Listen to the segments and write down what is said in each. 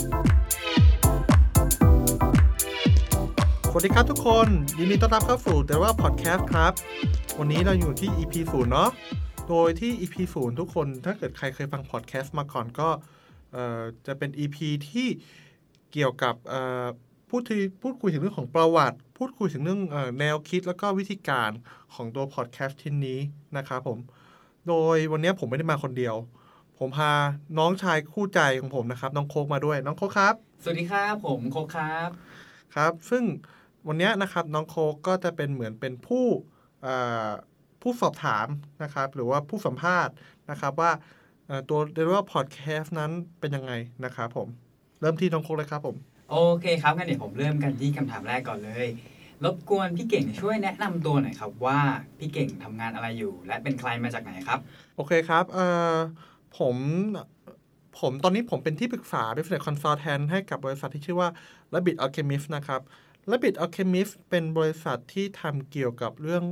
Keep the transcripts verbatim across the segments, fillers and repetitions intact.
สวัสดีครับทุกคนยินดีต้อนรับเข้าสู่แต่ว่าพอดแคสต์ครับวันนี้เราอยู่ที่ อี พี ศูนย์เนาะโดยที่ อี พี ศูนย์ทุกคนถ้าเกิดใครเคยฟังพอดแคสต์มาก่อนก็เอ่อจะเป็น อี พี ที่เกี่ยวกับเอ่อพูดที่พูดคุยถึงเรื่องของประวัติพูดคุยถึงเรื่องเอ่อแนวคิดแล้วก็วิธีการของตัวพอดแคสต์ชิ้นนี้นะครับผมโดยวันนี้ผมไม่ได้มาคนเดียวผมพาน้องชายคู่ใจของผมนะครับน้องโคกมาด้วยน้องโคกครับสวัสดีครับผมโคกครับครับซึ่งวันนี้นะครับน้องโคกก็จะเป็นเหมือนเป็นผู้ผู้สอบถามนะครับหรือว่าผู้สัมภาษณ์นะครับว่าตัว Developer Podcast นั้นเป็นยังไงนะครับผมเริ่มที่น้องโคกเลยครับผมโอเคครับงั้นเดี๋ยวผมเริ่มกันที่คำถามแรกก่อนเลยรบกวนพี่เก่งช่วยแนะนำตัวหน่อยครับว่าพี่เก่งทำงานอะไรอยู่และเป็นใครมาจากไหนครับโอเคครับเอ่อผมผมตอนนี้ผมเป็นที่ปรึกษา Business Consultant ให้กับบริษัทที่ชื่อว่า Rabbit Alchemist นะครับ Rabbit Alchemist เป็นบริษัทที่ทำเกี่ยวกับเรื่อง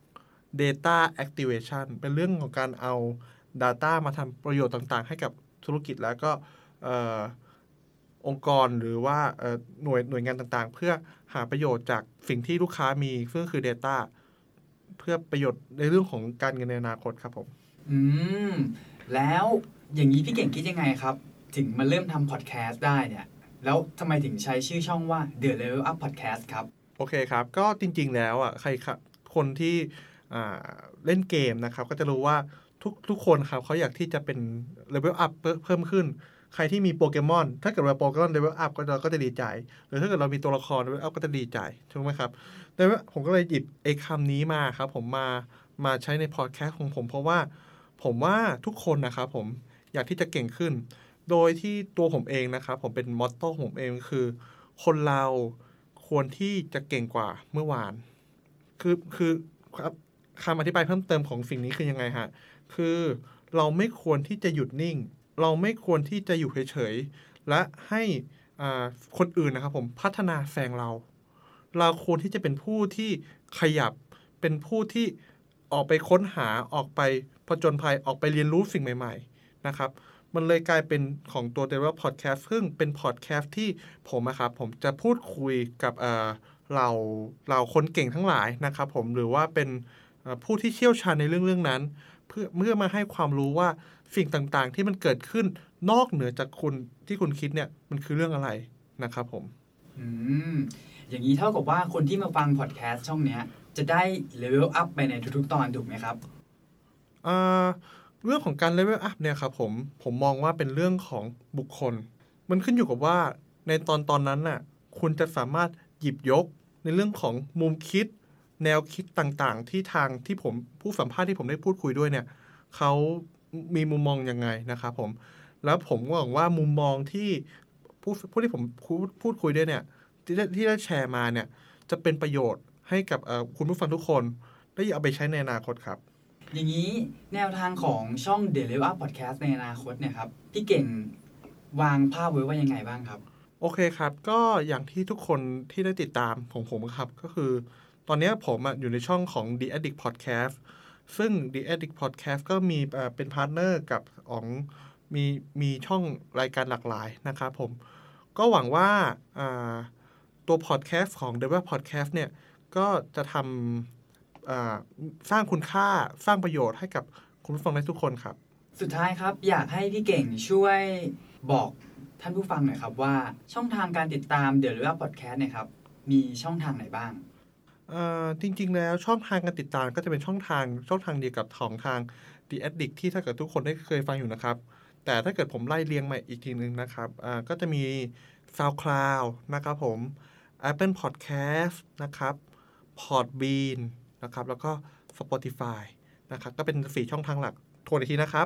Data Activation เป็นเรื่องของการเอา Data มาทำประโยชน์ต่างๆให้กับธุรกิจแล้วก็องค์กรหรือว่าหน่วยหน่วยงานต่างๆเพื่อหาประโยชน์จากสิ่งที่ลูกค้ามีซึ่งคือ Data เพื่อประโยชน์ในเรื่องของการเงินในอนาคตครับผมอืมแล้วอย่างนี้พี่เก่งคิดยังไงครับถึงมาเริ่มทำพอดแคสต์ได้เนี่ยแล้วทำไมถึงใช้ชื่อช่องว่า The Level Up Podcast ครับโอเคครับก็จริงๆแล้วอ่ะใครคนที่เล่นเกมนะครับก็จะรู้ว่าทุกทุกคนครับเขาอยากที่จะเป็น Level Up เพิ่มขึ้นใครที่มีโปเกมอนถ้าเกิดว่าโปเกมอน Level Up ก็เราก็จะดีใจหรือถ้าเกิดเรามีตัวละคร Level Up ก็จะดีใจถูกไหมครับแต่ว่าผมก็เลยหยิบไอ้คำนี้มาครับผมมามาใช้ในพอดแคสต์ของผมเพราะว่าผมว่าทุกคนนะครับผมอยากที่จะเก่งขึ้นโดยที่ตัวผมเองนะครับผมเป็นมอตโต้ของผมเองคือคนเราควรที่จะเก่งกว่าเมื่อวานคือคือคำอธิบายเพิ่มเติมของสิ่งนี้คือยังไงฮะคือเราไม่ควรที่จะหยุดนิ่งเราไม่ควรที่จะอยู่เฉยๆและให้อ่าคนอื่นนะครับผมพัฒนาแซงเราเราควรที่จะเป็นผู้ที่ขยับเป็นผู้ที่ออกไปค้นหาออกไปผจญภัยออกไปเรียนรู้สิ่งใหม่ๆนะครับมันเลยกลายเป็นของตัว Developer Podcast ซึ่งเป็นพอดแคสต์ที่ผมนะครับผมจะพูดคุยกับเอ่อเราเราคนเก่งทั้งหลายนะครับผมหรือว่าเป็นผู้ที่เชี่ยวชาญในเรื่องเรื่องนั้นเพื่อเมื่อมาให้ความรู้ว่าสิ่งต่างๆที่มันเกิดขึ้นนอกเหนือจากคุณที่คุณคิดเนี่ยมันคือเรื่องอะไรนะครับผมอืมอย่างนี้เท่ากับว่าคนที่มาฟังพอดแคสต์ช่องเนี้ยจะได้เลเวลอัพไปในทุกๆตอนถูกไหมครับอ่าเรื่องของการเลเวลอัพเนี่ยครับผมผมมองว่าเป็นเรื่องของบุคคลมันขึ้นอยู่กับว่าในตอนตอนนั้นน่ะคุณจะสามารถหยิบยกในเรื่องของมุมคิดแนวคิดต่างๆที่ทางที่ผมผู้สัมภาษณ์ที่ผมได้พูดคุยด้วยเนี่ยเขามีมุมมองยังไงนะครับผมแล้วผมก็หวังว่ามุมมองที่ผู้ผู้ที่ผมพูดคุยด้วยเนี่ยที่ได้ที่ได้แชร์มาเนี่ยจะเป็นประโยชน์ให้กับคุณผู้ฟังทุกคนได้เอาไปใช้ในอนาคตครับอย่างนี้แนวทางของช่อง The Level Up Podcast ในอนาคตเนี่ยครับพี่เก่งวางภาพไว้ว่ายังไงบ้างครับโอเคครับก็อย่างที่ทุกคนที่ได้ติดตามของผมครับก็คือตอนนี้ผมอยู่ในช่องของ The Addict Podcast ซึ่ง The Addict Podcast ก็มีเป็นพาร์ทเนอร์กับของมีมีช่องรายการหลากหลายนะครับผมก็หวังว่าตัว podcast ของ Developer Podcast เนี่ยก็จะทำสร้างคุณค่าสร้างประโยชน์ให้กับคุณผู้ฟังได้ทุกคนครับสุดท้ายครับอยากให้พี่เก่งช่วยบอกท่านผู้ฟังหน่อยครับว่าช่องทางการติดตาม The Level Up Podcast เนี่ยครับมีช่องทางไหนบ้างจริงๆแล้วช่องทางการติดตามก็จะเป็นช่องทางช่องทางเดียวกับของทาง The Addict ที่ถ้าเกิดทุกคนได้เคยฟังอยู่นะครับแต่ถ้าเกิดผมไล่เรียงใหม่อีกทีนึงนะครับก็จะมี SoundCloud นะครับผม Apple Podcast นะครับ Podbean นะครับแล้วก็ Spotify นะครับก็เป็นสี่ช่องทางหลักทวนอีกทีนะครับ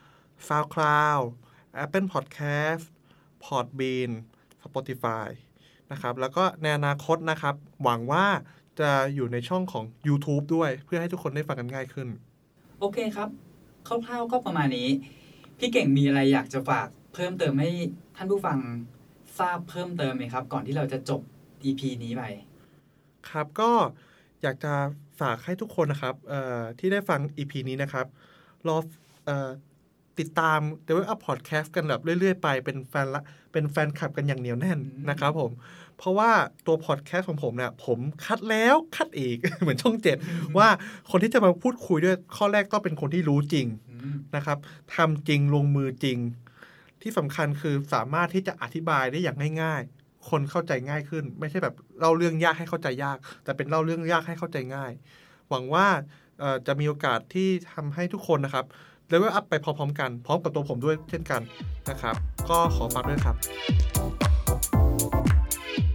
SoundCloud Apple Podcast Podbean Spotify นะครับแล้วก็ในอนาคตนะครับหวังว่าจะอยู่ในช่องของ YouTube ด้วยเพื่อให้ทุกคนได้ฟังกันง่ายขึ้นโอเคครับคร่าวๆก็ประมาณนี้พี่เก่งมีอะไรอยากจะฝากเพิ่มเติมให้ท่านผู้ฟังทราบเพิ่มเติมไหมครับก่อนที่เราจะจบ อี พี นี้ไปครับก็อยากจะฝากให้ทุกคนนะครับที่ได้ฟัง อี พี นี้นะครับรอติดตาม Level Up Podcast กันแบบเรื่อยๆไปเป็นแฟนละเป็นแฟนคลับกันอย่างเหนียวแน่นนะครับผมเพราะว่าตัวพอดแคสต์ของผมเนี่ยผมคัดแล้วคัดอีก เหมือนช่องเจ็ดว่าคนที่จะมาพูดคุยด้วยข้อแรกต้องเป็นคนที่รู้จริงนะครับทำจริงลงมือจริงที่สำคัญคือสามารถที่จะอธิบายได้อย่างง่ายๆคนเข้าใจง่ายขึ้นไม่ใช่แบบเล่าเรื่องยากให้เข้าใจยากแต่เป็นเล่าเรื่องยากให้เข้าใจง่ายหวังว่าจะมีโอกาสที่ทำให้ทุกคนนะครับเลเวลอัพไปพร้อมๆกันพร้อมกับตัวผมด้วยเช่นกันนะครับก็ขอฝากด้วยครับ